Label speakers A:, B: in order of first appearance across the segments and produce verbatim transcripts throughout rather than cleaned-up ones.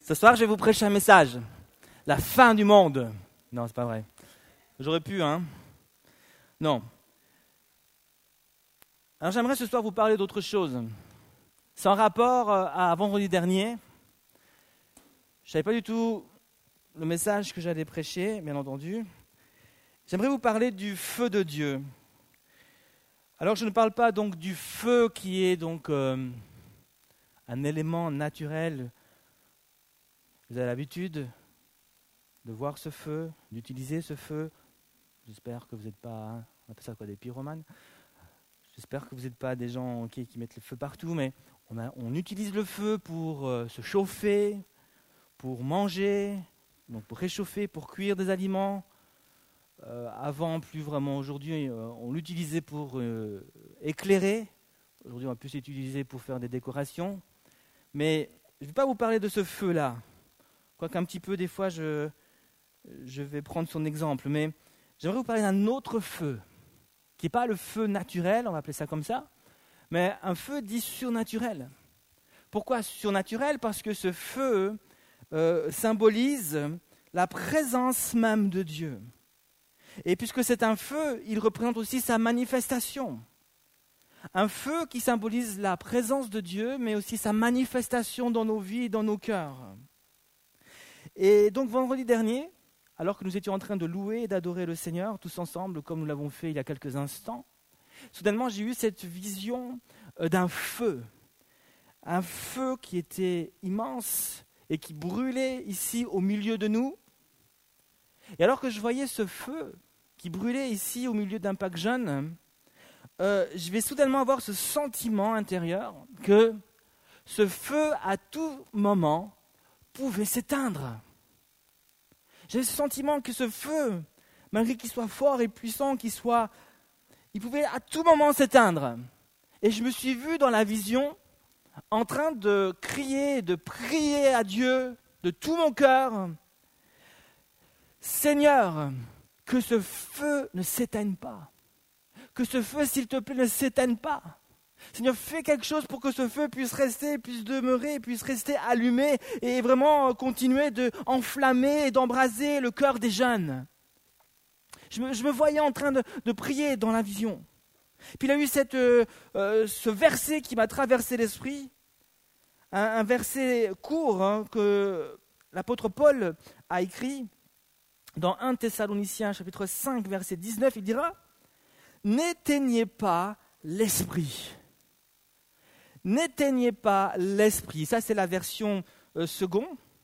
A: Ce soir, je vais vous prêcher un message. La fin du monde. Non, c'est pas vrai. J'aurais pu, hein. Non. Alors, j'aimerais ce soir vous parler d'autre chose. C'est en rapport à vendredi dernier. Je ne savais pas du tout le message que j'allais prêcher, bien entendu. J'aimerais vous parler du feu de Dieu. Alors, je ne parle pas donc du feu qui est donc euh, un élément naturel. Vous avez l'habitude de voir ce feu, d'utiliser ce feu. J'espère que vous n'êtes pas, hein, on appelle ça quoi, des pyromanes. J'espère que vous n'êtes pas des gens okay, qui mettent le feu partout, mais on, a, on utilise le feu pour euh, se chauffer, pour manger, donc pour réchauffer, pour cuire des aliments. Euh, avant, plus vraiment aujourd'hui, euh, on l'utilisait pour euh, éclairer. Aujourd'hui, on va plus l'utiliser pour faire des décorations. Mais je ne vais pas vous parler de ce feu-là. Quoique un petit peu, des fois, je, je vais prendre son exemple. Mais j'aimerais vous parler d'un autre feu, qui n'est pas le feu naturel, on va appeler ça comme ça, mais un feu dit surnaturel. Pourquoi surnaturel ? Parce que ce feu euh, symbolise la présence même de Dieu. Et puisque c'est un feu, il représente aussi sa manifestation. Un feu qui symbolise la présence de Dieu, mais aussi sa manifestation dans nos vies, dans nos cœurs. Et donc vendredi dernier, alors que nous étions en train de louer et d'adorer le Seigneur, tous ensemble, comme nous l'avons fait il y a quelques instants, soudainement j'ai eu cette vision d'un feu. Un feu qui était immense et qui brûlait ici au milieu de nous. Et alors que je voyais ce feu qui brûlait ici au milieu d'un pack jeune, euh, je vais soudainement avoir ce sentiment intérieur que ce feu, à tout moment, pouvait s'éteindre. J'ai ce sentiment que ce feu, malgré qu'il soit fort et puissant, qu'il soit, il pouvait à tout moment s'éteindre. Et je me suis vu dans la vision en train de crier, de prier à Dieu de tout mon cœur. Seigneur, que ce feu ne s'éteigne pas. Que ce feu, s'il te plaît, ne s'éteigne pas. Seigneur, fais quelque chose pour que ce feu puisse rester, puisse demeurer, puisse rester allumé et vraiment continuer d'enflammer et d'embraser le cœur des jeunes. Je me, je me voyais en train de, de prier dans la vision. Puis il y a eu cette, euh, euh, ce verset qui m'a traversé l'esprit, un, un verset court hein, que l'apôtre Paul a écrit dans premier Thessaloniciens chapitre cinq, verset dix-neuf, il dira « N'éteignez pas l'esprit ». N'éteignez pas l'esprit. Ça, c'est la version euh, seconde.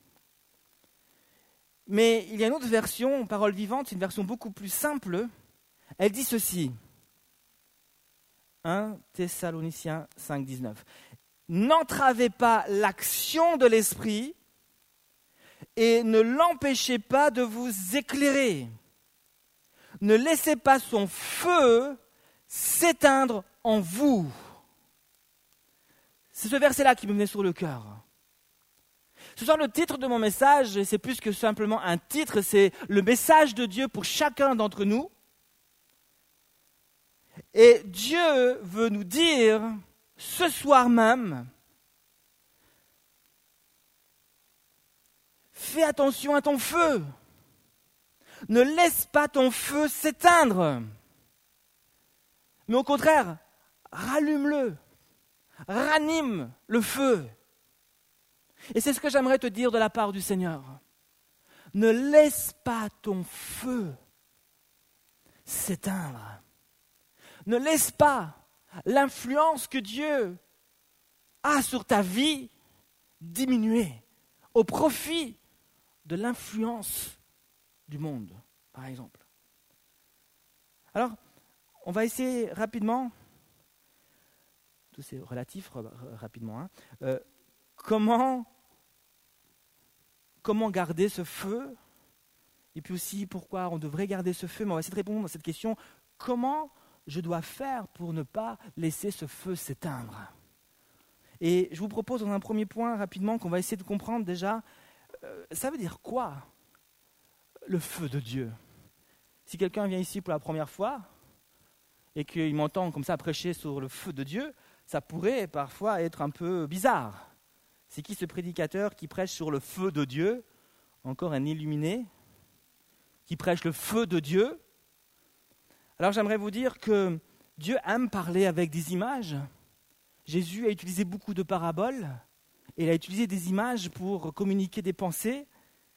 A: Mais il y a une autre version, parole vivante, une version beaucoup plus simple. Elle dit ceci. premier Thessaloniciens cinq, dix-neuf. N'entravez pas l'action de l'esprit et ne l'empêchez pas de vous éclairer. Ne laissez pas son feu s'éteindre en vous. C'est ce verset-là qui me venait sur le cœur. Ce soir, le titre de mon message, c'est plus que simplement un titre, c'est le message de Dieu pour chacun d'entre nous. Et Dieu veut nous dire, ce soir même, fais attention à ton feu. Ne laisse pas ton feu s'éteindre. Mais au contraire, rallume-le. Ranime le feu. Et c'est ce que j'aimerais te dire de la part du Seigneur. Ne laisse pas ton feu s'éteindre. Ne laisse pas l'influence que Dieu a sur ta vie diminuer au profit de l'influence du monde, par exemple. Alors, on va essayer rapidement, tout c'est relatif rapidement, hein, euh, comment, comment garder ce feu, et puis aussi pourquoi on devrait garder ce feu, mais on va essayer de répondre à cette question, comment je dois faire pour ne pas laisser ce feu s'éteindre ? Et je vous propose dans un premier point rapidement qu'on va essayer de comprendre déjà, euh, ça veut dire quoi le feu de Dieu ? Si quelqu'un vient ici pour la première fois et qu'il m'entend comme ça prêcher sur le feu de Dieu, ça pourrait parfois être un peu bizarre. C'est qui ce prédicateur qui prêche sur le feu de Dieu? Encore un illuminé qui prêche le feu de Dieu. Alors j'aimerais vous dire que Dieu aime parler avec des images. Jésus a utilisé beaucoup de paraboles et il a utilisé des images pour communiquer des pensées.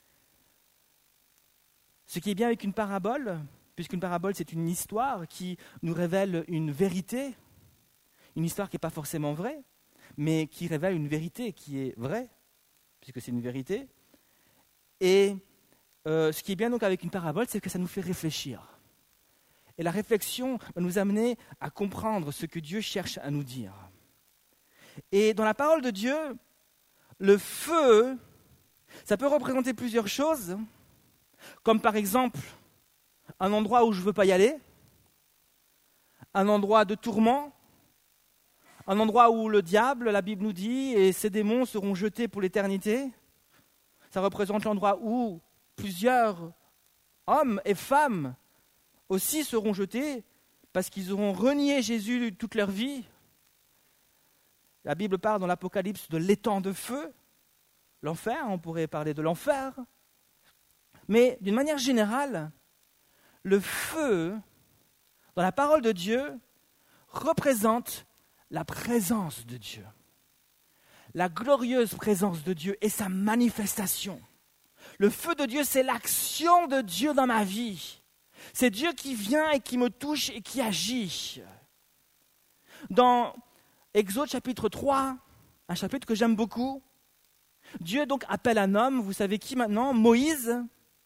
A: Ce qui est bien avec une parabole, puisqu'une parabole c'est une histoire qui nous révèle une vérité, une histoire qui n'est pas forcément vraie, mais qui révèle une vérité qui est vraie, puisque c'est une vérité. Et euh, ce qui est bien donc avec une parabole, c'est que ça nous fait réfléchir. Et la réflexion va nous amener à comprendre ce que Dieu cherche à nous dire. Et dans la parole de Dieu, le feu, ça peut représenter plusieurs choses, comme par exemple un endroit où je ne veux pas y aller, un endroit de tourment, un endroit où le diable, la Bible nous dit, et ses démons seront jetés pour l'éternité. Ça représente l'endroit où plusieurs hommes et femmes aussi seront jetés parce qu'ils auront renié Jésus toute leur vie. La Bible parle dans l'Apocalypse de l'étang de feu, l'enfer, on pourrait parler de l'enfer. Mais d'une manière générale, le feu, dans la parole de Dieu, représente la présence de Dieu. La glorieuse présence de Dieu et sa manifestation. Le feu de Dieu, c'est l'action de Dieu dans ma vie. C'est Dieu qui vient et qui me touche et qui agit. Dans Exode chapitre trois, un chapitre que j'aime beaucoup, Dieu donc appelle un homme, vous savez qui maintenant? Moïse.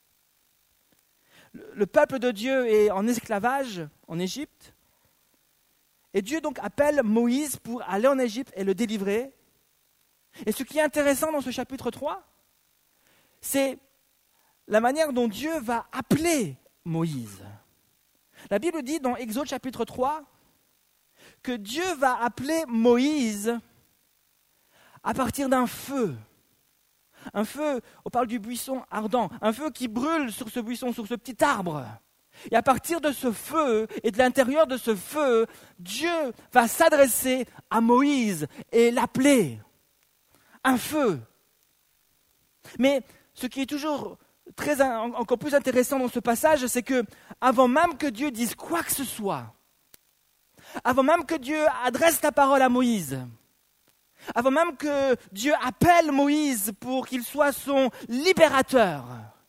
A: Le peuple de Dieu est en esclavage en Égypte. Et Dieu donc appelle Moïse pour aller en Égypte et le délivrer. Et ce qui est intéressant dans ce chapitre trois, c'est la manière dont Dieu va appeler Moïse. La Bible dit dans Exode chapitre trois que Dieu va appeler Moïse à partir d'un feu. Un feu, on parle du buisson ardent, un feu qui brûle sur ce buisson, sur ce petit arbre. Et à partir de ce feu et de l'intérieur de ce feu, Dieu va s'adresser à Moïse et l'appeler. Un feu. Mais ce qui est toujours très, encore plus intéressant dans ce passage, c'est que avant même que Dieu dise quoi que ce soit, avant même que Dieu adresse la parole à Moïse, avant même que Dieu appelle Moïse pour qu'il soit son libérateur,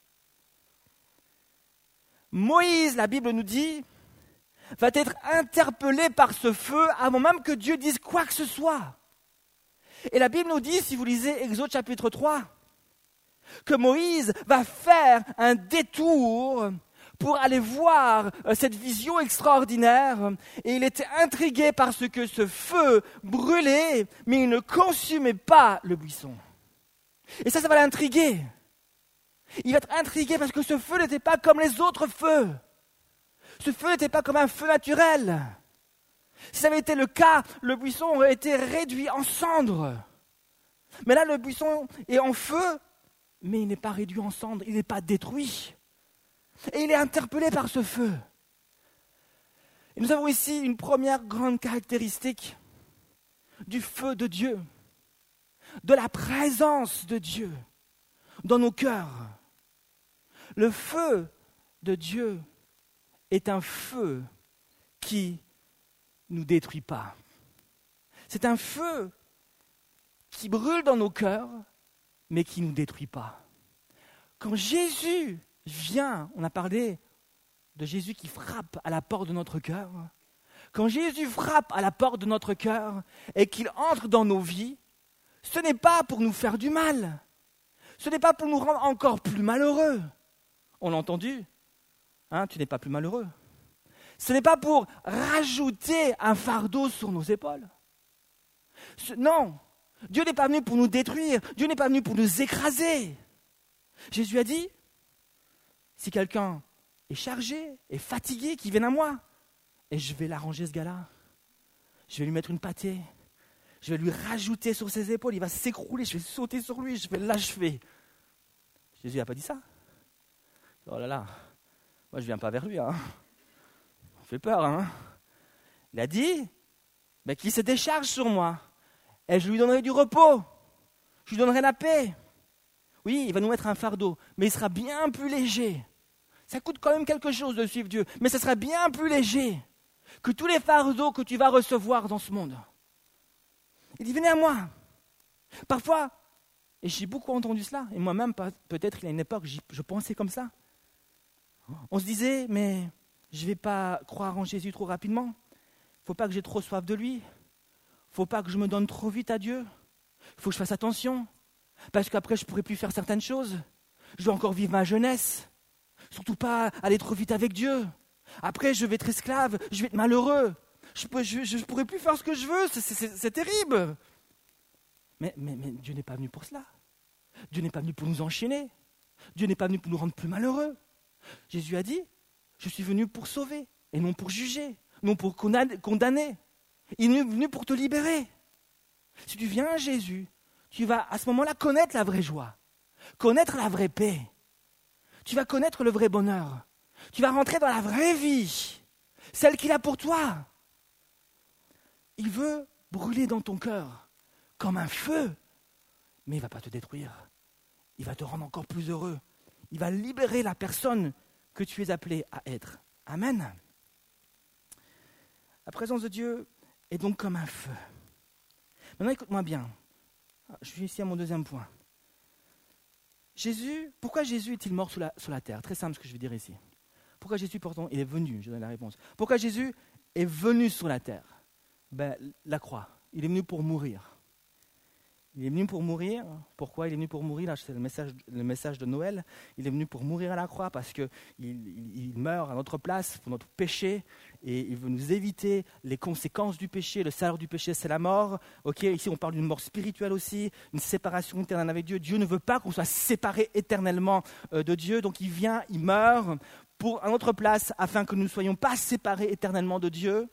A: Moïse, la Bible nous dit, va être interpellé par ce feu avant même que Dieu dise quoi que ce soit. Et la Bible nous dit, si vous lisez Exode chapitre trois, que Moïse va faire un détour pour aller voir cette vision extraordinaire. Et il était intrigué par ce que ce feu brûlait, mais il ne consumait pas le buisson. Et ça, ça va l'intriguer. Il va être intrigué parce que ce feu n'était pas comme les autres feux. Ce feu n'était pas comme un feu naturel. Si ça avait été le cas, le buisson aurait été réduit en cendres. Mais là, le buisson est en feu, mais il n'est pas réduit en cendres, il n'est pas détruit. Et il est interpellé par ce feu. Et nous avons ici une première grande caractéristique du feu de Dieu, de la présence de Dieu dans nos cœurs. Le feu de Dieu est un feu qui ne nous détruit pas. C'est un feu qui brûle dans nos cœurs, mais qui ne nous détruit pas. Quand Jésus vient, on a parlé de Jésus qui frappe à la porte de notre cœur. Quand Jésus frappe à la porte de notre cœur et qu'il entre dans nos vies, ce n'est pas pour nous faire du mal. Ce n'est pas pour nous rendre encore plus malheureux. On l'a entendu, hein, tu n'es pas plus malheureux. Ce n'est pas pour rajouter un fardeau sur nos épaules. Ce, non, Dieu n'est pas venu pour nous détruire, Dieu n'est pas venu pour nous écraser. Jésus a dit, si quelqu'un est chargé, est fatigué, qu'il vienne à moi, et je vais l'arranger ce gars-là. Je vais lui mettre une pâtée, je vais lui rajouter sur ses épaules, il va s'écrouler, je vais sauter sur lui, je vais l'achever. Jésus n'a pas dit ça. Oh là là, moi je ne viens pas vers lui, hein. On fait peur, hein. Il a dit, ben, qu'il se décharge sur moi, et je lui donnerai du repos. je lui donnerai la paix. Oui, il va nous mettre un fardeau, mais il sera bien plus léger. Ça coûte quand même quelque chose de suivre Dieu, mais ça sera bien plus léger que tous les fardeaux que tu vas recevoir dans ce monde. Il dit, venez à moi. Parfois, et j'ai beaucoup entendu cela, et moi-même, peut-être il y a une époque, je pensais comme ça. On se disait, mais je ne vais pas croire en Jésus trop rapidement. Il ne faut pas que j'ai trop soif de lui. Il ne faut pas que je me donne trop vite à Dieu. Il faut que je fasse attention, parce qu'après, je ne pourrai plus faire certaines choses. Je dois encore vivre ma jeunesse. Surtout pas aller trop vite avec Dieu. Après, je vais être esclave, je vais être malheureux. Je ne pourrai plus faire ce que je veux, c'est, c'est, c'est terrible. Mais, mais, mais Dieu n'est pas venu pour cela. Dieu n'est pas venu pour nous enchaîner. Dieu n'est pas venu pour nous rendre plus malheureux. Jésus a dit, je suis venu pour sauver, et non pour juger, non pour condamner. Il est venu pour te libérer. Si tu viens à Jésus, tu vas à ce moment-là connaître la vraie joie, connaître la vraie paix. Tu vas connaître le vrai bonheur. Tu vas rentrer dans la vraie vie, celle qu'il a pour toi. Il veut brûler dans ton cœur comme un feu, mais il ne va pas te détruire. Il va te rendre encore plus heureux. Il va libérer la personne que tu es appelé à être. Amen. La présence de Dieu est donc comme un feu. Maintenant, écoute-moi bien. Je suis ici à mon deuxième point. Jésus, pourquoi Jésus est-il mort sur la, sur la terre? Très simple ce que je vais dire ici. Pourquoi Jésus, pourtant, il est venu? Je donne la réponse. Pourquoi Jésus est venu sur la terre? Ben, la croix. Il est venu pour mourir. Il est venu pour mourir. Pourquoi il est venu pour mourir? Là, c'est le message, le message de Noël. Il est venu pour mourir à la croix parce qu'il il, il meurt à notre place pour notre péché et il veut nous éviter les conséquences du péché. Le salaire du péché, c'est la mort. Okay, ici, on parle d'une mort spirituelle aussi, une séparation éternelle avec Dieu. Dieu ne veut pas qu'on soit séparés éternellement de Dieu. Donc, il vient, il meurt pour, à notre place afin que nous ne soyons pas séparés éternellement de Dieu.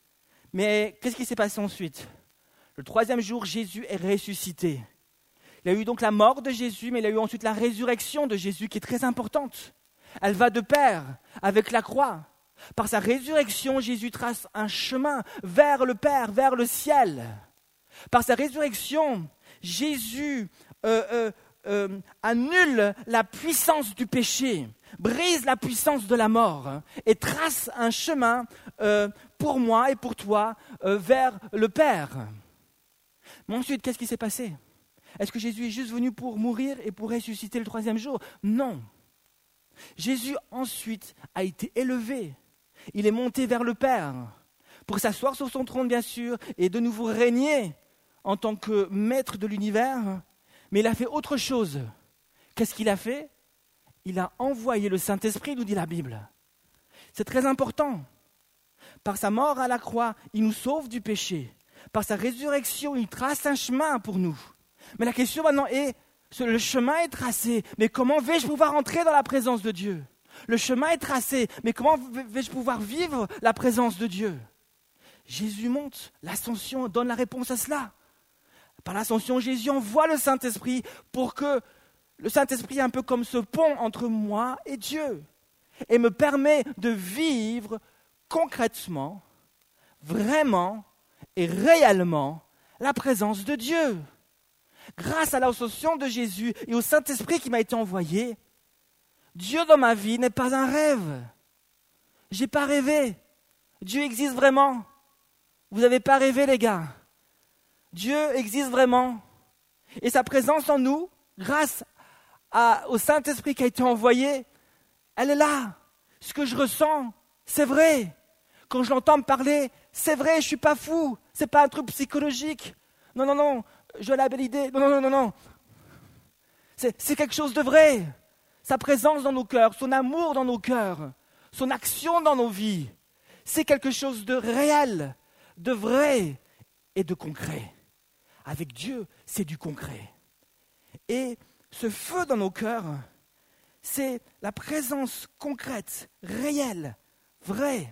A: Mais qu'est-ce qui s'est passé ensuite? Le troisième jour, Jésus est ressuscité. Il y a eu donc la mort de Jésus, mais il y a eu ensuite la résurrection de Jésus qui est très importante. Elle va de pair avec la croix. Par sa résurrection, Jésus trace un chemin vers le Père, vers le ciel. Par sa résurrection, Jésus euh, euh, euh, annule la puissance du péché, brise la puissance de la mort et trace un chemin euh, pour moi et pour toi euh, vers le Père. Mais ensuite, qu'est-ce qui s'est passé? Est-ce que Jésus est juste venu pour mourir et pour ressusciter le troisième jour? Non. Jésus ensuite a été élevé. Il est monté vers le Père pour s'asseoir sur son trône, bien sûr, et de nouveau régner en tant que maître de l'univers. Mais il a fait autre chose. Qu'est-ce qu'il a fait? Il a envoyé le Saint-Esprit, nous dit la Bible. C'est très important. Par sa mort à la croix, il nous sauve du péché. Par sa résurrection, il trace un chemin pour nous. Mais la question maintenant est, le chemin est tracé, mais comment vais-je pouvoir entrer dans la présence de Dieu? Le chemin est tracé, mais comment vais-je pouvoir vivre la présence de Dieu? Jésus monte, l'ascension donne la réponse à cela. Par l'ascension, Jésus envoie le Saint-Esprit pour que le Saint-Esprit est un peu comme ce pont entre moi et Dieu et me permet de vivre concrètement, vraiment, et réellement la présence de Dieu. Grâce à l'ascension de Jésus et au Saint-Esprit qui m'a été envoyé, Dieu dans ma vie n'est pas un rêve. Je n'ai pas rêvé. Dieu existe vraiment. Vous n'avez pas rêvé, les gars. Dieu existe vraiment. Et sa présence en nous, grâce à, au Saint-Esprit qui a été envoyé, elle est là. Ce que je ressens, c'est vrai. Quand je l'entends me parler, c'est vrai, je ne suis pas fou. Ce n'est pas un truc psychologique. Non, non, non, je l'ai belle idée. Non, non, non, non, non. C'est, c'est quelque chose de vrai. Sa présence dans nos cœurs, son amour dans nos cœurs, son action dans nos vies, c'est quelque chose de réel, de vrai et de concret. Avec Dieu, c'est du concret. Et ce feu dans nos cœurs, c'est la présence concrète, réelle, vraie,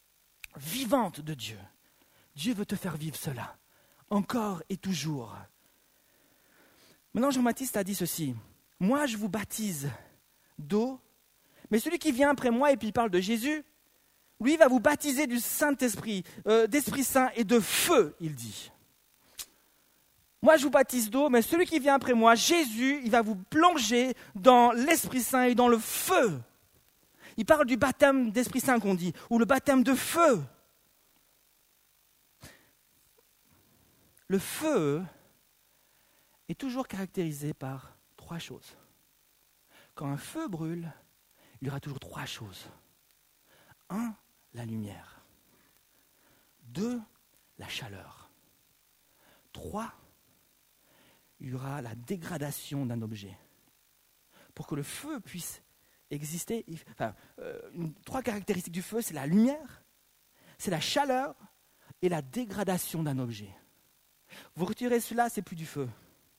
A: vivante de Dieu. Dieu veut te faire vivre cela, encore et toujours. Maintenant, Jean-Baptiste a dit ceci. « Moi, je vous baptise d'eau, mais celui qui vient après moi, et puis il parle de Jésus, lui va vous baptiser du Saint-Esprit, euh, d'Esprit Saint et de feu, il dit. » Moi, je vous baptise d'eau, mais celui qui vient après moi, Jésus, il va vous plonger dans l'Esprit Saint et dans le feu. Il parle du baptême d'Esprit Saint qu'on dit, ou le baptême de feu. Le feu est toujours caractérisé par trois choses. Quand un feu brûle, il y aura toujours trois choses. Un, la lumière. Deux, la chaleur. Trois, il y aura la dégradation d'un objet. Pour que le feu puisse exister, il, enfin, euh, une, trois caractéristiques du feu, c'est la lumière, c'est la chaleur et la dégradation d'un objet. Vous retirez cela, c'est plus du feu.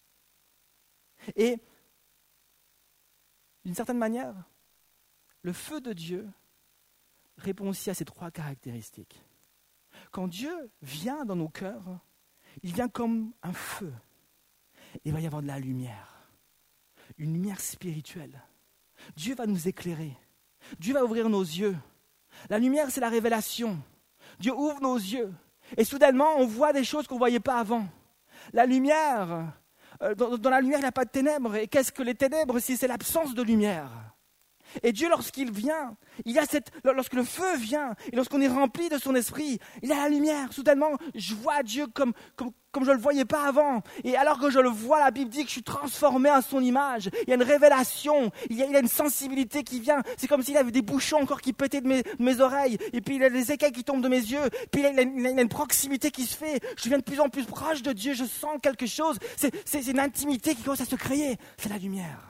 A: Et d'une certaine manière, le feu de Dieu répond aussi à ces trois caractéristiques. Quand Dieu vient dans nos cœurs, il vient comme un feu. Il va y avoir de la lumière, une lumière spirituelle. Dieu va nous éclairer. Dieu va ouvrir nos yeux. La lumière, c'est la révélation. Dieu ouvre nos yeux. Et soudainement, on voit des choses qu'on ne voyait pas avant. La lumière, euh, dans, dans la lumière, il n'y a pas de ténèbres. Et qu'est-ce que les ténèbres si c'est l'absence de lumière ? Et Dieu, lorsqu'il vient, il y a cette, lorsque le feu vient, et lorsqu'on est rempli de son esprit, il y a la lumière. Soudainement, je vois Dieu comme, comme, comme je ne le voyais pas avant. Et alors que je le vois, la Bible dit que je suis transformé à son image. Il y a une révélation, il y a, il y a une sensibilité qui vient. C'est comme s'il y avait des bouchons encore qui pétaient de mes, de mes oreilles. Et puis il y a des écailles qui tombent de mes yeux. Puis il y a, il y a, une, il y a une proximité qui se fait. Je deviens de plus en plus proche de Dieu. Je sens quelque chose. C'est, c'est, c'est une intimité qui commence à se créer. C'est la lumière.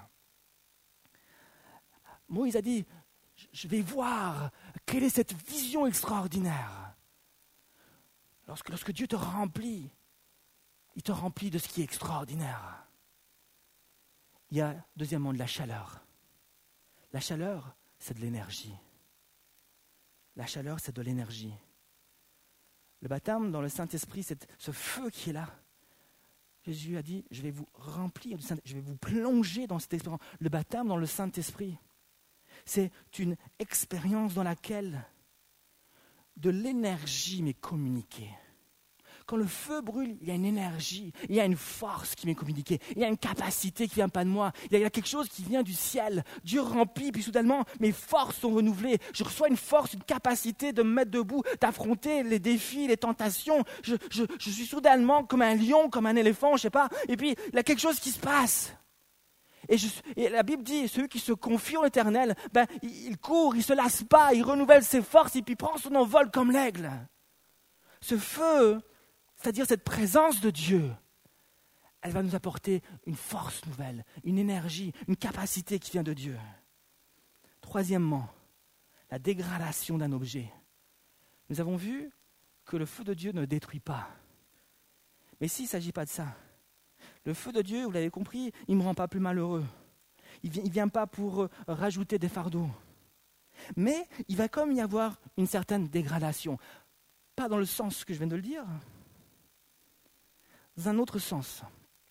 A: Moïse a dit, je vais voir quelle est cette vision extraordinaire. Lorsque, lorsque Dieu te remplit, il te remplit de ce qui est extraordinaire. Il y a deuxièmement de la chaleur. La chaleur, c'est de l'énergie. La chaleur, c'est de l'énergie. Le baptême dans le Saint-Esprit, c'est ce feu qui est là. Jésus a dit, je vais vous remplir du Saint-Esprit, je vais vous plonger dans cette expérience. Le baptême dans le Saint-Esprit, c'est une expérience dans laquelle de l'énergie m'est communiquée. Quand le feu brûle, il y a une énergie, il y a une force qui m'est communiquée, il y a une capacité qui ne vient pas de moi, il y a quelque chose qui vient du ciel. Dieu remplit, puis soudainement, mes forces sont renouvelées. Je reçois une force, une capacité de me mettre debout, d'affronter les défis, les tentations. Je, je, je suis soudainement comme un lion, comme un éléphant, je ne sais pas. Et puis, il y a quelque chose qui se passe. Et, je, et la Bible dit, celui qui se confie en l'Éternel, ben, il, il court, il ne se lasse pas, il renouvelle ses forces et puis prend son envol comme l'aigle. Ce feu, c'est-à-dire cette présence de Dieu, elle va nous apporter une force nouvelle, une énergie, une capacité qui vient de Dieu. Troisièmement, la dégradation d'un objet. Nous avons vu que le feu de Dieu ne détruit pas. Mais s'il ne s'agit pas de ça, le feu de Dieu, vous l'avez compris, il ne me rend pas plus malheureux. Il ne vient pas pour euh, rajouter des fardeaux. Mais il va comme y avoir une certaine dégradation. Pas dans le sens que je viens de le dire, dans un autre sens.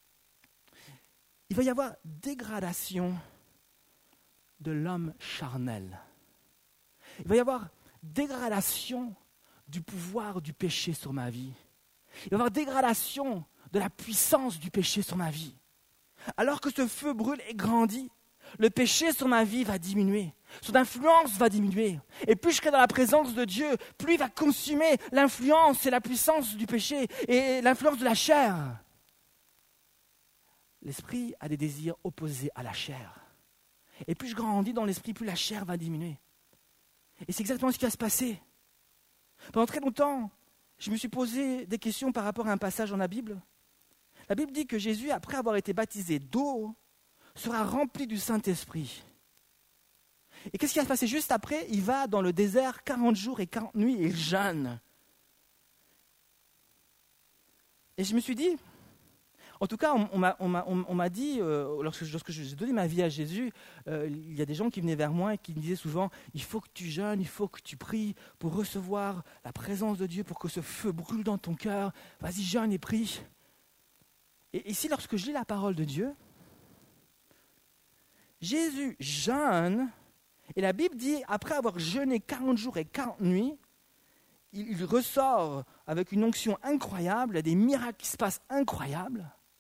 A: Il va y avoir dégradation de l'homme charnel. Il va y avoir dégradation du pouvoir du péché sur ma vie. Il va y avoir dégradation de la puissance du péché sur ma vie. Alors que ce feu brûle et grandit, le péché sur ma vie va diminuer. Son influence va diminuer. Et plus je serai dans la présence de Dieu, plus il va consumer l'influence et la puissance du péché et l'influence de la chair. L'esprit a des désirs opposés à la chair. Et plus je grandis dans l'esprit, plus la chair va diminuer. Et c'est exactement ce qui va se passer. Pendant très longtemps, je me suis posé des questions par rapport à un passage dans la Bible. La Bible dit que Jésus, après avoir été baptisé d'eau, sera rempli du Saint-Esprit. Et qu'est-ce qui va se passer juste après ? Il va dans le désert quarante jours et quarante nuits et il jeûne. Et je me suis dit, en tout cas, on, on, m'a, on, m'a, on m'a dit, euh, lorsque, lorsque j'ai donné ma vie à Jésus, euh, il y a des gens qui venaient vers moi et qui me disaient souvent, il faut que tu jeûnes, il faut que tu pries pour recevoir la présence de Dieu, pour que ce feu brûle dans ton cœur. Vas-y, jeûne et prie. Et ici, lorsque je lis la parole de Dieu, Jésus jeûne, et la Bible dit, après avoir jeûné quarante jours et quarante nuits, il, il ressort avec une onction incroyable, il y a des miracles qui se passent incroyables.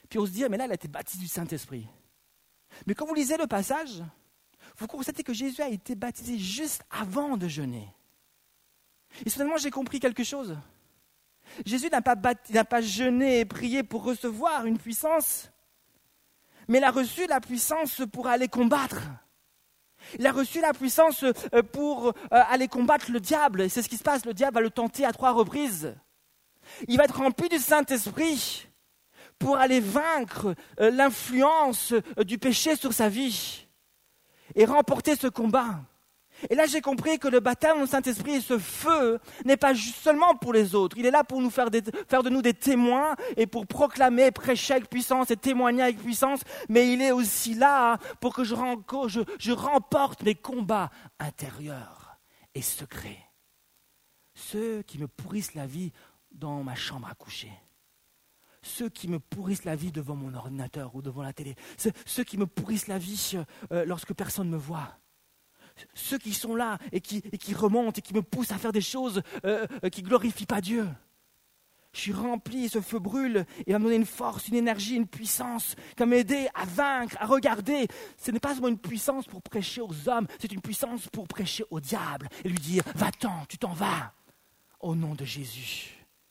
A: Puis on se dit, mais là, il a été baptisé du Saint-Esprit. Mais quand vous lisez le passage, vous constatez que Jésus a été baptisé juste avant de jeûner. Et soudainement, j'ai compris quelque chose. Jésus n'a pas, bat- n'a pas jeûné et prié pour recevoir une puissance, mais il a reçu la puissance pour aller combattre. Il a reçu la puissance pour aller combattre le diable. Et c'est ce qui se passe, le diable va le tenter à trois reprises. Il va être rempli du Saint-Esprit pour aller vaincre l'influence du péché sur sa vie et remporter ce combat. Et là, j'ai compris que le baptême au Saint-Esprit et ce feu n'est pas juste seulement pour les autres. Il est là pour nous faire, des, faire de nous des témoins et pour proclamer, prêcher avec puissance et témoigner avec puissance. Mais il est aussi là pour que je, je, je remporte mes combats intérieurs et secrets. Ceux qui me pourrissent la vie dans ma chambre à coucher. Ceux qui me pourrissent la vie devant mon ordinateur ou devant la télé. Ceux, ceux qui me pourrissent la vie euh, lorsque personne ne me voit. Ceux qui sont là et qui, et qui remontent et qui me poussent à faire des choses euh, euh, qui ne glorifient pas Dieu. Je suis rempli, ce feu brûle et va me donner une force, une énergie, une puissance qui va m'aider à vaincre, à regarder. Ce n'est pas seulement une puissance pour prêcher aux hommes, c'est une puissance pour prêcher au diable et lui dire « Va-t'en, tu t'en vas, au nom de Jésus ».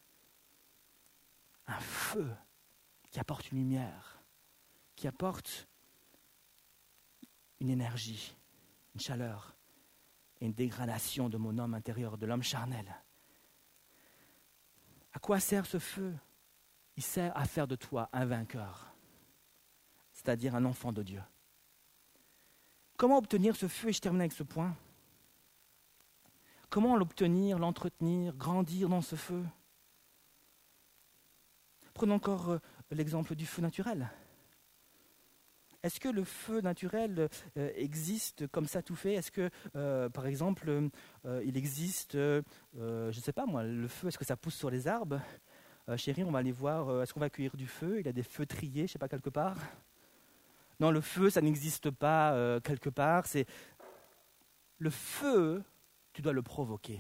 A: Un feu qui apporte une lumière, qui apporte une énergie, une chaleur et une dégradation de mon homme intérieur, de l'homme charnel. À quoi sert ce feu? Il sert à faire de toi un vainqueur, c'est-à-dire un enfant de Dieu. Comment obtenir ce feu? Et je termine avec ce point. Comment l'obtenir, l'entretenir, grandir dans ce feu? Prenons encore euh, l'exemple du feu naturel. Est-ce que le feu naturel euh, existe comme ça tout fait? Est-ce que, euh, par exemple, euh, il existe, euh, je ne sais pas moi, le feu, est-ce que ça pousse sur les arbres? euh, Chérie, on va aller voir, euh, est-ce qu'on va cueillir du feu? Il y a des feutriers, je ne sais pas, quelque part. Non, le feu, ça n'existe pas euh, quelque part. C'est... Le feu, tu dois le provoquer.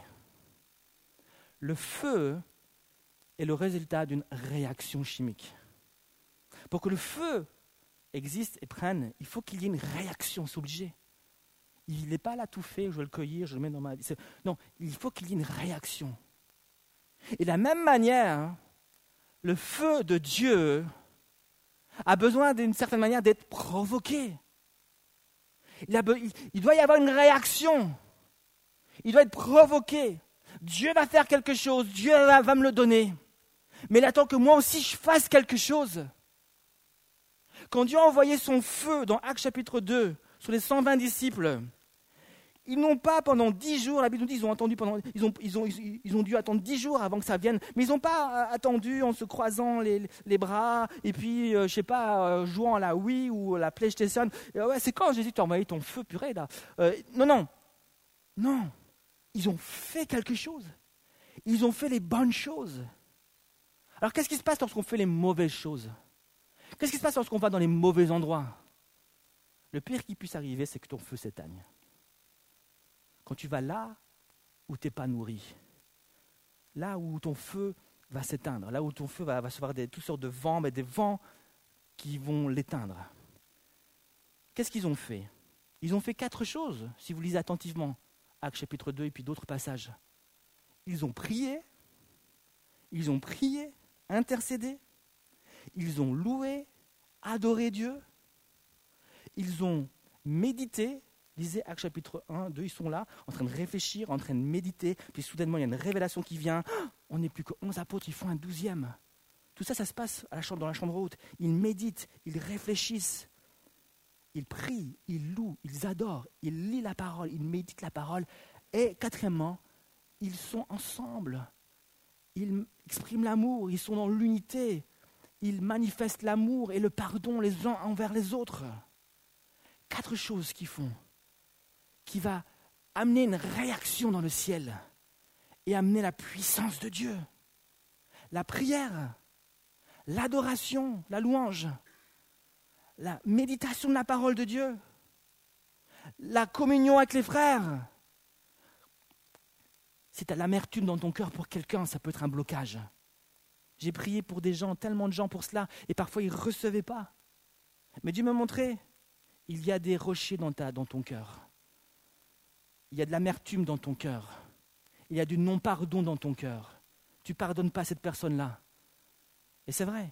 A: Le feu est le résultat d'une réaction chimique. Pour que le feu existe et prenne, il faut qu'il y ait une réaction, c'est obligé. Il n'est pas là tout fait, je vais le cueillir, je le mets dans ma vie. C'est... Non, il faut qu'il y ait une réaction. Et de la même manière, le feu de Dieu a besoin d'une certaine manière d'être provoqué. Il, a be... il doit y avoir une réaction. Il doit être provoqué. Dieu va faire quelque chose, Dieu va, va me le donner. Mais il attend que moi aussi je fasse quelque chose. Quand Dieu a envoyé son feu dans Actes chapitre deux, sur les cent vingt disciples, ils n'ont pas pendant dix jours, la Bible nous dit, ils ont, attendu pendant, ils ont, ils ont, ils ont dû attendre dix jours avant que ça vienne, mais ils n'ont pas attendu en se croisant les, les bras, et puis, euh, je ne sais pas, euh, jouant à la Wii ou à la PlayStation. Et, ouais, c'est quand Jésus t'a envoyé ton feu, purée, là. Euh, non, non, non. Ils ont fait quelque chose. Ils ont fait les bonnes choses. Alors, qu'est-ce qui se passe lorsqu'on fait les mauvaises choses? Qu'est-ce qui se passe lorsqu'on va dans les mauvais endroits? Le pire qui puisse arriver, c'est que ton feu s'éteigne. Quand tu vas là où tu n'es pas nourri, là où ton feu va s'éteindre, là où ton feu va, va recevoir des, toutes sortes de vents, mais des vents qui vont l'éteindre. Qu'est-ce qu'ils ont fait? Ils ont fait quatre choses, si vous lisez attentivement, Actes chapitre deux et puis d'autres passages. Ils ont prié, ils ont prié, intercédé, ils ont loué, adoré Dieu, ils ont médité. Lisez Actes chapitre un, deux, ils sont là, en train de réfléchir, en train de méditer, puis soudainement il y a une révélation qui vient, on n'est plus que onze apôtres, ils font un douzième. Tout ça, ça se passe à la chambre, dans la chambre haute. Ils méditent, ils réfléchissent, ils prient, ils louent, ils adorent, ils lisent la parole, ils méditent la parole. Et quatrièmement, ils sont ensemble, ils expriment l'amour, ils sont dans l'unité, ils manifestent l'amour et le pardon les uns envers les autres. Quatre choses qu'ils font, qui va amener une réaction dans le ciel et amener la puissance de Dieu. La prière, l'adoration, la louange, la méditation de la parole de Dieu, la communion avec les frères. Si tu as l'amertume dans ton cœur pour quelqu'un, ça peut être un blocage. J'ai prié pour des gens, tellement de gens pour cela, et parfois ils ne recevaient pas. Mais Dieu m'a montré, il y a des rochers dans, ta, dans ton cœur. Il y a de l'amertume dans ton cœur. Il y a du non-pardon dans ton cœur. Tu ne pardonnes pas cette personne-là. Et c'est vrai.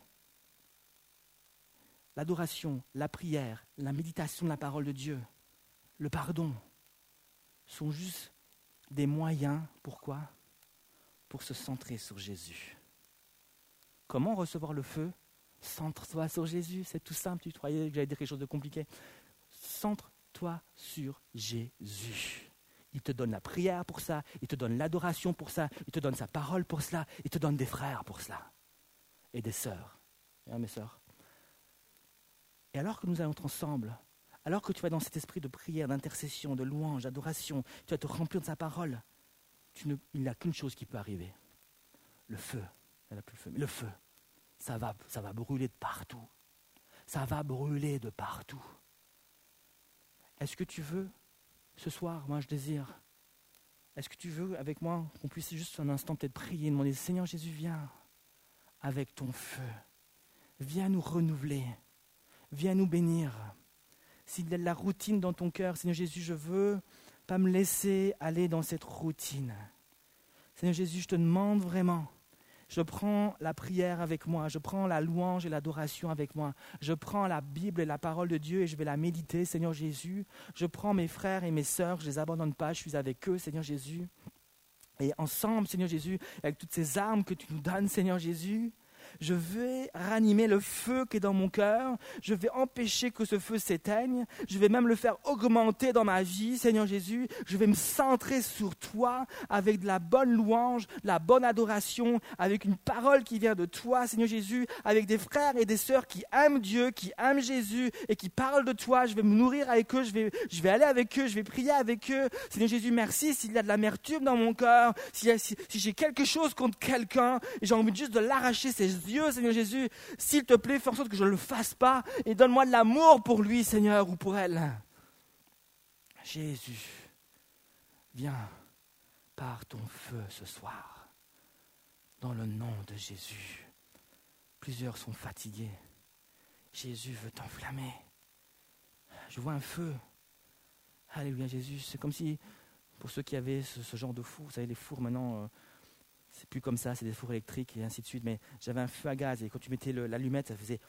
A: L'adoration, la prière, la méditation de la parole de Dieu, le pardon, sont juste des moyens. Pourquoi ? Pour se centrer sur Jésus. Comment recevoir le feu ? Centre-toi sur Jésus, c'est tout simple. Tu croyais que j'allais dire quelque chose de compliqué. Centre-toi sur Jésus. Il te donne la prière pour ça, il te donne l'adoration pour ça, il te donne sa parole pour cela, il te donne des frères pour cela. Et des sœurs. Hein, mes sœurs. Et alors que nous allons être ensemble, alors que tu vas dans cet esprit de prière, d'intercession, de louange, d'adoration, tu vas te remplir de sa parole, tu ne, il n'y a qu'une chose qui peut arriver. Le feu. Il n'y a plus le feu, mais le feu. Ça va, ça va brûler de partout. Ça va brûler de partout. Est-ce que tu veux, ce soir, moi je désire, est-ce que tu veux avec moi qu'on puisse juste un instant peut-être prier, demander, Seigneur Jésus, viens avec ton feu. Viens nous renouveler. Viens nous bénir. S'il y a de la routine dans ton cœur, Seigneur Jésus, je veux pas me laisser aller dans cette routine. Seigneur Jésus, je te demande vraiment, je prends la prière avec moi, je prends la louange et l'adoration avec moi, je prends la Bible et la parole de Dieu et je vais la méditer, Seigneur Jésus. Je prends mes frères et mes sœurs, je ne les abandonne pas, je suis avec eux, Seigneur Jésus. Et ensemble, Seigneur Jésus, avec toutes ces armes que tu nous donnes, Seigneur Jésus, je vais ranimer le feu qui est dans mon cœur, je vais empêcher que ce feu s'éteigne, je vais même le faire augmenter dans ma vie, Seigneur Jésus, je vais me centrer sur toi avec de la bonne louange, de la bonne adoration, avec une parole qui vient de toi, Seigneur Jésus, avec des frères et des sœurs qui aiment Dieu, qui aiment Jésus et qui parlent de toi, je vais me nourrir avec eux, je vais, je vais aller avec eux, je vais prier avec eux. Seigneur Jésus, merci s'il y a de l'amertume dans mon cœur, si, si, si j'ai quelque chose contre quelqu'un, et j'ai envie juste de l'arracher ses yeux, Seigneur Jésus, s'il te plaît, fais en sorte que je ne le fasse pas et donne-moi de l'amour pour lui, Seigneur, ou pour elle. Jésus, viens par ton feu ce soir, dans le nom de Jésus. Plusieurs sont fatigués. Jésus veut t'enflammer. Je vois un feu. Alléluia, Jésus. C'est comme si, pour ceux qui avaient ce, ce genre de four, vous savez, les fours maintenant... Euh, c'est plus comme ça, c'est des fours électriques et ainsi de suite, mais j'avais un feu à gaz et quand tu mettais le, l'allumette, ça faisait...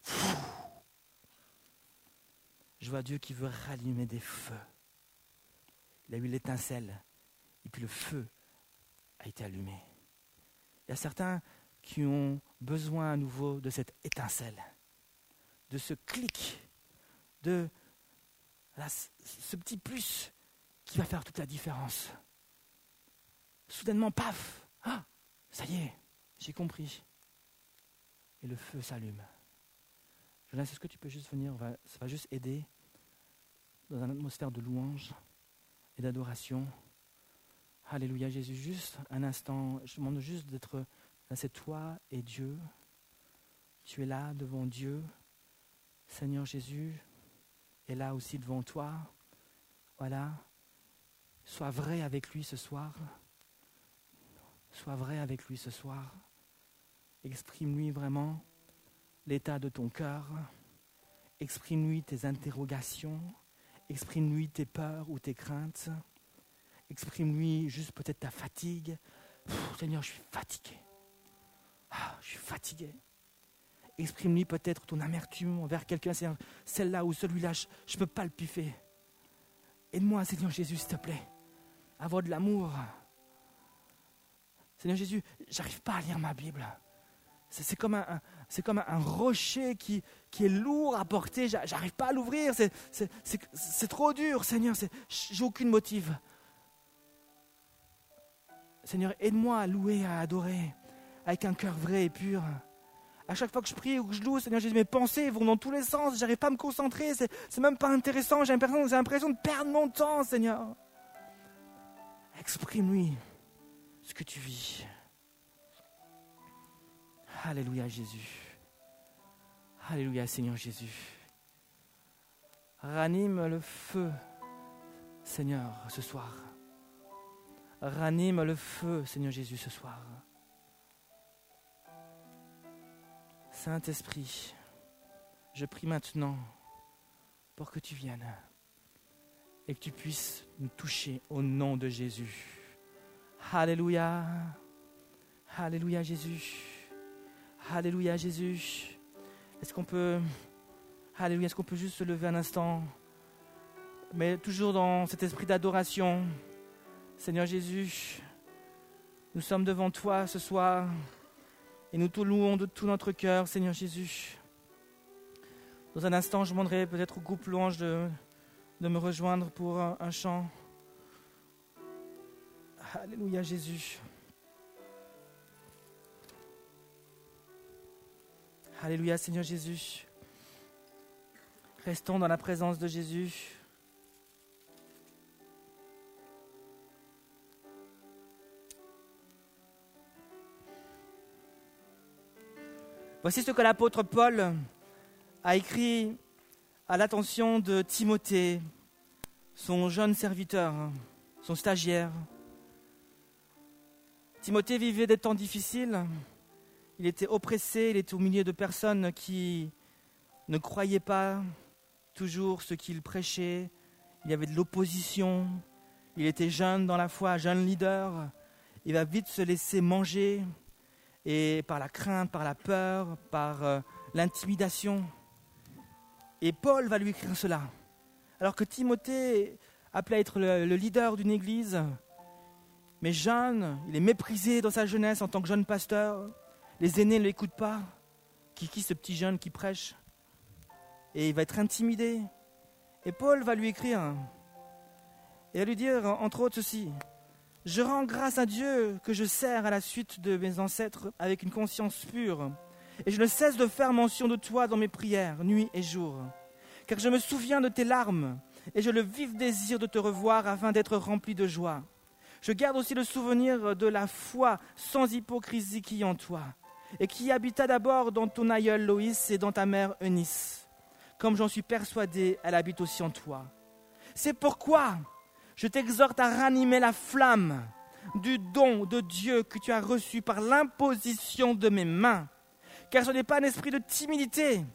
A: Je vois Dieu qui veut rallumer des feux. Il a eu l'étincelle et puis le feu a été allumé. Il y a certains qui ont besoin à nouveau de cette étincelle, de ce clic, de là, ce petit plus qui va faire toute la différence. Soudainement, paf, ah, ça y est, j'ai compris. Et le feu s'allume. Jonas, est-ce que tu peux juste venir, on va, ça va juste aider dans une atmosphère de louange et d'adoration. Alléluia Jésus, juste un instant, je demande juste d'être, là c'est toi et Dieu. Tu es là devant Dieu. Seigneur Jésus est là aussi devant toi. Voilà. Sois vrai avec lui ce soir. Sois vrai avec lui ce soir. Exprime-lui vraiment l'état de ton cœur. Exprime-lui tes interrogations. Exprime-lui tes peurs ou tes craintes. Exprime-lui juste peut-être ta fatigue. Pff, Seigneur, je suis fatigué. Ah, je suis fatigué. Exprime-lui peut-être ton amertume envers quelqu'un. Seigneur, celle-là ou celui-là, je ne peux pas le piffer. Aide-moi, Seigneur Jésus, s'il te plaît, à avoir de l'amour. Seigneur Jésus, j'arrive pas à lire ma Bible. C'est, c'est comme, un, c'est comme un, un rocher qui, qui est lourd à porter. J'arrive pas à l'ouvrir. C'est, c'est, c'est, c'est trop dur, Seigneur. C'est, j'ai aucune motive. Seigneur, aide-moi à louer, à adorer, avec un cœur vrai et pur. À chaque fois que je prie ou que je loue, Seigneur Jésus, mes pensées vont dans tous les sens. J'arrive pas à me concentrer. C'est, c'est même pas intéressant. J'ai l'impression, j'ai l'impression de perdre mon temps, Seigneur. Exprime-lui ce que tu vis. Alléluia Jésus. Alléluia Seigneur Jésus. Ranime le feu, Seigneur, ce soir. Ranime le feu, Seigneur Jésus, ce soir. Saint-Esprit, je prie maintenant pour que tu viennes et que tu puisses nous toucher au nom de Jésus. Alléluia. Alléluia Jésus. Alléluia Jésus. Est-ce qu'on peut, Alléluia, est-ce qu'on peut juste se lever un instant, mais toujours dans cet esprit d'adoration. Seigneur Jésus, nous sommes devant toi ce soir et nous te louons de tout notre cœur, Seigneur Jésus. Dans un instant, je demanderai peut-être au groupe louange de, de me rejoindre pour un, un chant. Alléluia Jésus. Alléluia Seigneur Jésus. Restons dans la présence de Jésus. Voici ce que l'apôtre Paul a écrit à l'attention de Timothée, son jeune serviteur, son stagiaire. Timothée vivait des temps difficiles. Il était oppressé, il était au milieu de personnes qui ne croyaient pas toujours ce qu'il prêchait. Il y avait de l'opposition. Il était jeune dans la foi, jeune leader. Il va vite se laisser manger. Et par la crainte, par la peur, par euh, l'intimidation. Et Paul va lui écrire cela. Alors que Timothée, appelé à être le, le leader d'une église, mais jeune, il est méprisé dans sa jeunesse en tant que jeune pasteur. Les aînés ne l'écoutent pas. Qui qui ce petit jeune qui prêche? Et il va être intimidé. Et Paul va lui écrire et va lui dire, entre autres, ceci. Je rends grâce à Dieu que je sers à la suite de mes ancêtres avec une conscience pure. Et je ne cesse de faire mention de toi dans mes prières, nuit et jour. Car je me souviens de tes larmes et j'ai le vif désir de te revoir afin d'être rempli de joie. Je garde aussi le souvenir de la foi sans hypocrisie qui est en toi et qui habita d'abord dans ton aïeul Loïs et dans ta mère Eunice. Comme j'en suis persuadé, elle habite aussi en toi. C'est pourquoi je t'exhorte à ranimer la flamme du don de Dieu que tu as reçu par l'imposition de mes mains. Car ce n'est pas un esprit de timidité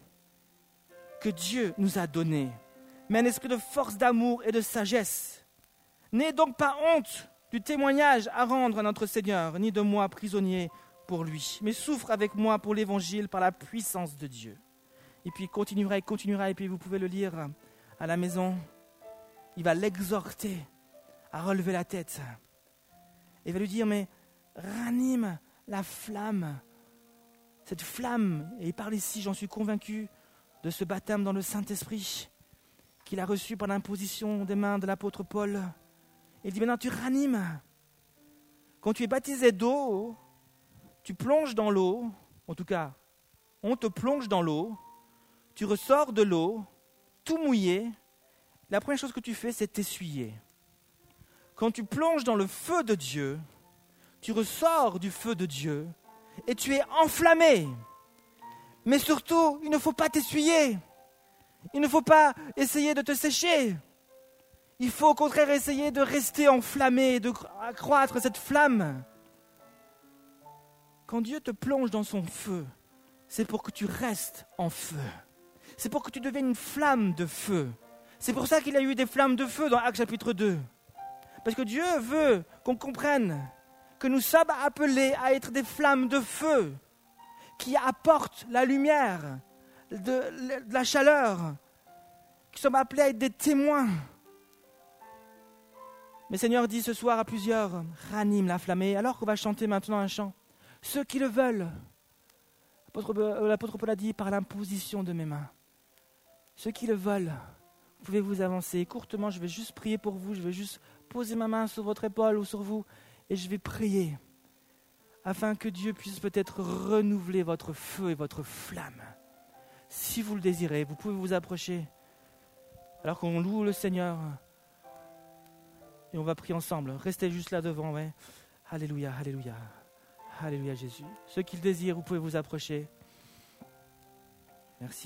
A: que Dieu nous a donné, mais un esprit de force, d'amour et de sagesse. N'aie donc pas honte du témoignage à rendre à notre Seigneur, ni de moi prisonnier pour lui, mais souffre avec moi pour l'Évangile par la puissance de Dieu. Et puis il continuera et continuera, et puis vous pouvez le lire à la maison. Il va l'exhorter à relever la tête. Et il va lui dire, mais ranime la flamme. Cette flamme, et il parle ici, j'en suis convaincu, de ce baptême dans le Saint-Esprit qu'il a reçu par l'imposition des mains de l'apôtre Paul. Il dit, maintenant tu ranimes. Quand tu es baptisé d'eau, tu plonges dans l'eau, en tout cas, on te plonge dans l'eau, tu ressors de l'eau, tout mouillé. La première chose que tu fais, c'est t'essuyer. Quand tu plonges dans le feu de Dieu, tu ressors du feu de Dieu et tu es enflammé. Mais surtout, il ne faut pas t'essuyer. Il ne faut pas essayer de te sécher. Il faut au contraire essayer de rester enflammé, de accroître cette flamme. Quand Dieu te plonge dans son feu, c'est pour que tu restes en feu. C'est pour que tu deviennes une flamme de feu. C'est pour ça qu'il y a eu des flammes de feu dans Actes chapitre deux. Parce que Dieu veut qu'on comprenne que nous sommes appelés à être des flammes de feu qui apportent la lumière, de, de la chaleur, qui sommes appelés à être des témoins. Mais Seigneur dit ce soir à plusieurs, ranime la flamme. Et alors qu'on va chanter maintenant un chant, ceux qui le veulent, l'apôtre, l'apôtre Paul a dit, par l'imposition de mes mains. Ceux qui le veulent, vous pouvez vous avancer. Courtement, je vais juste prier pour vous, je vais juste poser ma main sur votre épaule ou sur vous, et je vais prier, afin que Dieu puisse peut-être renouveler votre feu et votre flamme. Si vous le désirez, vous pouvez vous approcher, alors qu'on loue le Seigneur, et on va prier ensemble. Restez juste là devant, ouais. Alléluia, alléluia, alléluia Jésus. Ceux qui le désirent, vous pouvez vous approcher. Merci.